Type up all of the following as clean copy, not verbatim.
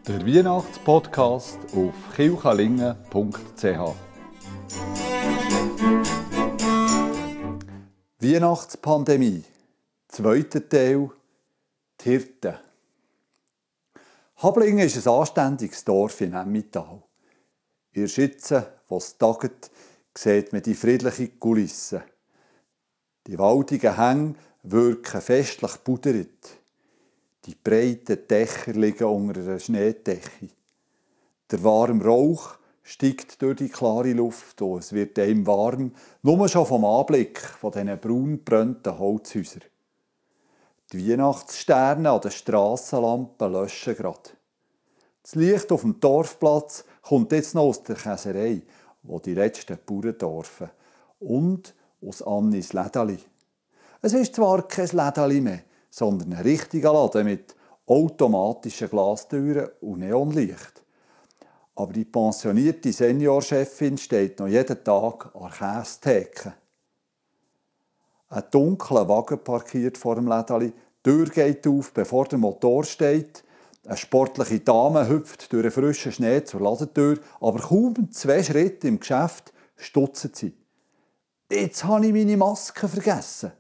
Der Weihnachtspodcast auf chilchalingen.ch. Weihnachtspandemie, zweiter Teil, die Hirten. Hablingen ist ein anständiges Dorf im Emmental. In der Schütze, wo es tagt, sieht man die friedliche Kulisse. Die waldigen Hänge wirken festlich pudert. Die breiten Dächer liegen unter einer Schneedecke. Der warme Rauch steigt durch die klare Luft und es wird einem warm, nur schon vom Anblick von diesen braun gebrannten Holzhäusern. Die Weihnachtssterne an den Strassenlampen löschen gerade. Das Licht auf dem Dorfplatz kommt jetzt noch aus der Käserei, wo die letzten Bauern dürfen, und aus Annis Lädeli. Es ist zwar kein Lädeli mehr, sondern ein richtiger Laden mit automatischen Glastüren und Neonlicht. Aber die pensionierte Seniorchefin steht noch jeden Tag an der Käsetheke. Ein dunkler Wagen parkiert vor dem Lädeli, die Tür geht auf, bevor der Motor steht. Eine sportliche Dame hüpft durch den frischen Schnee zur Ladentür, aber kaum 2 Schritte im Geschäft stutzt sie. «Jetzt habe ich meine Maske vergessen!»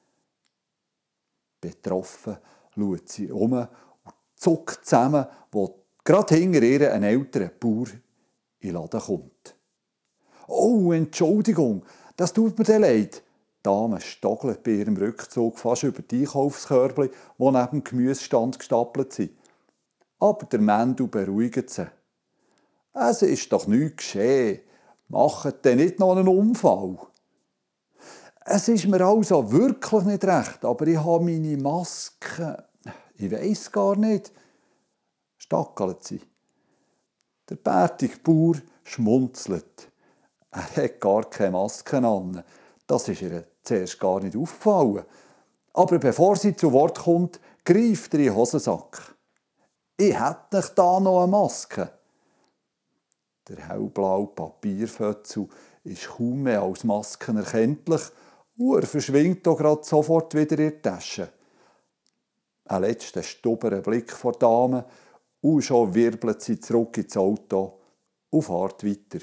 Betroffen schaut sie um und zuckt zusammen, wo gerade hinter ihr ein älterer Bauer in den Laden kommt. «Oh, Entschuldigung, das tut mir leid!» Die Dame stockelt bei ihrem Rückzug fast über die Einkaufskörbchen, die neben dem Gemüsestand gestapelt sind. Aber der Mendel beruhigt sie. «Es ist doch nichts geschehen. Macht denn nicht noch einen Unfall?» «Es ist mir also wirklich nicht recht, aber ich habe meine Maske. Ich weiss gar nicht», stackelt sie. Der bärtige Bauer schmunzelt. Er hat gar keine Maske an. Das ist ihr zuerst gar nicht aufgefallen. Aber bevor sie zu Wort kommt, greift er in den Hosensack. «Ich hätte nicht da noch eine Maske.» Der hellblaue Papierfötzel ist kaum mehr als Masken erkenntlich und er verschwindet auch gerade sofort wieder in die Tasche. Ein letzter stubberer Blick vor der Dame und schon wirbelt sie zurück ins Auto und fährt weiter.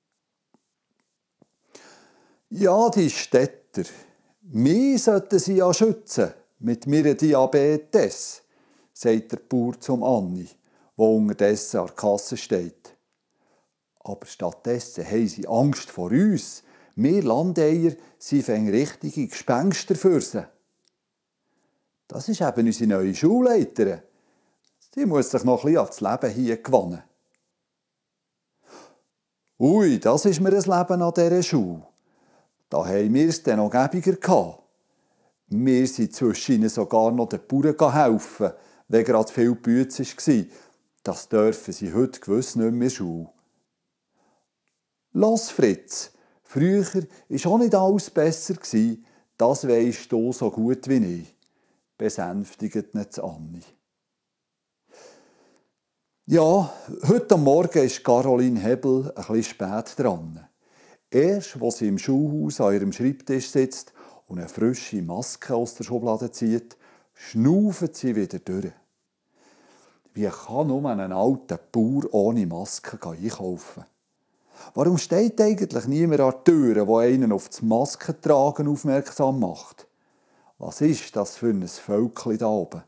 «Ja, die Städter, mich sollten sie ja schützen mit meiner Diabetes», sagt der Bauer zum Anni, der unterdessen an der Kasse steht. «Aber stattdessen haben sie Angst vor uns. Wir Landeier sind richtige Gespenster für sie.» Das ist eben unsere neue Schulleiterin. Sie muss sich noch ein bisschen an das Leben hier gewöhnen. «Ui, das ist mir ein Leben an dieser Schule. Da haben wir es dann noch gäbiger gehabt. Wir sind zwischen sogar noch den Bauern helfen, wenn gerade viel Bütze war. Das dürfen sie heute gewiss nicht mehr in der Schule.» «Lass, Fritz, früher war auch nicht alles besser, das weisst du so gut wie ich», besänftigt nicht Anni. Ja, heute Morgen ist Caroline Hebel ein bisschen spät dran. Erst, als sie im Schulhaus an ihrem Schreibtisch sitzt und eine frische Maske aus der Schublade zieht, schnauft sie wieder durch. Wie kann nur ein alter Bauer ohne Maske einkaufen? Warum steht eigentlich niemand an der Tür, der einen auf das Maskentragen aufmerksam macht? Was ist das für ein Völkchen da oben?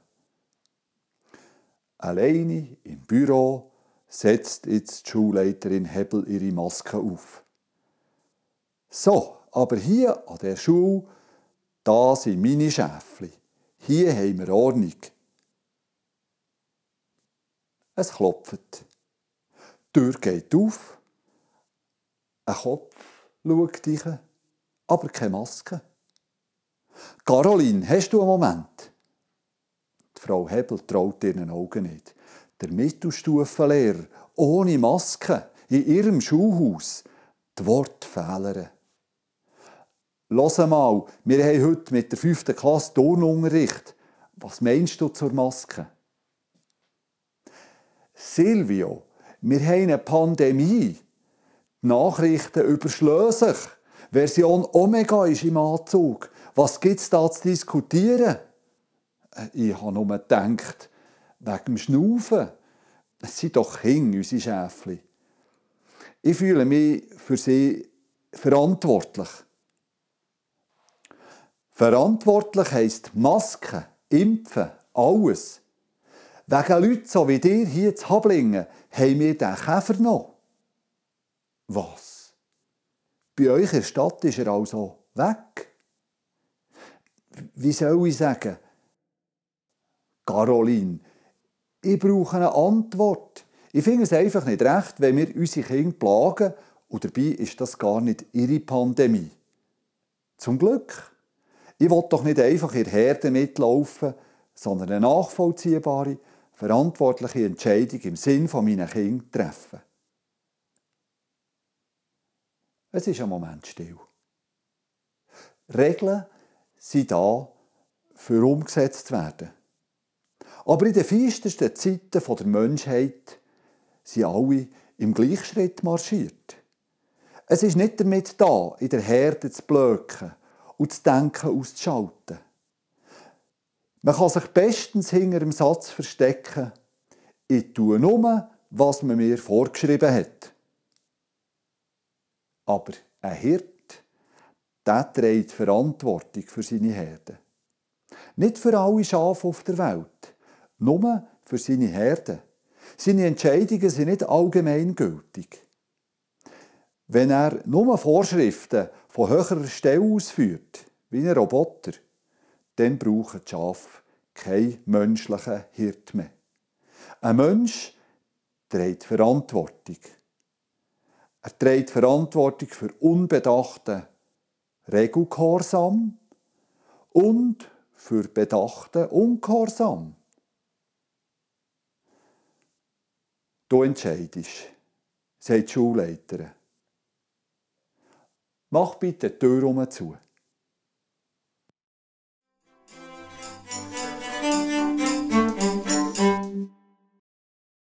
Alleine im Büro setzt jetzt die Schulleiterin Hebel ihre Maske auf. «So, aber hier an der Schule, da sind meine Schäfli. Hier haben wir Ordnung.» Es klopft. Die Tür geht auf. Ein Kopf schaut rein, aber keine Maske. «Caroline, hast du einen Moment?» Die Frau Hebel traut ihren Augen nicht. Der Mittelstufenlehrer ohne Maske in ihrem Schulhaus. Die Worte fehlen. «Hör mal, wir haben heute mit der 5. Klasse Turnunterricht. Was meinst du zur Maske?» «Silvio, wir haben eine Pandemie. Die Nachrichten überschlagen sich. Version Omega ist im Anzug. Was gibt es da zu diskutieren?» «Ich habe nur gedacht, wegen dem Schnaufen. Es sind doch Kinder, unsere Schäfli. Ich fühle mich für sie verantwortlich. Verantwortlich heisst Masken, Impfen, alles. Wegen Leuten so wie dir hier zu Hablingen haben wir den Käfer noch. Was? Bei euch in der Stadt ist er also weg? Wie soll ich sagen? Caroline, ich brauche eine Antwort. Ich finde es einfach nicht recht, wenn wir unsere Kinder plagen und dabei ist das gar nicht ihre Pandemie. Zum Glück. Ich will doch nicht einfach in der Herde mitlaufen, sondern eine nachvollziehbare, verantwortliche Entscheidung im Sinn von meinen Kindern treffen. Es ist ein Moment still. Regeln sind da, für umgesetzt zu werden. Aber in den feistersten Zeiten der Menschheit sind alle im Gleichschritt marschiert. Es ist nicht damit da, in der Herde zu blöken und das Denken auszuschalten. Man kann sich bestens hinter dem Satz verstecken, ich tue nur, was man mir vorgeschrieben hat. Aber ein Hirte, der trägt Verantwortung für seine Herde. Nicht für alle Schafe auf der Welt, nur für seine Herde. Seine Entscheidungen sind nicht allgemeingültig. Wenn er nur Vorschriften von höherer Stelle ausführt, wie ein Roboter, dann brauchen die Schafe keinen menschlichen Hirt mehr. Ein Mensch trägt Verantwortung. Er trägt Verantwortung für unbedachten Regelgehorsam und für bedachten Ungehorsam. Du entscheidest, sagt die Schulleiterin. Mach bitte die Tür zu.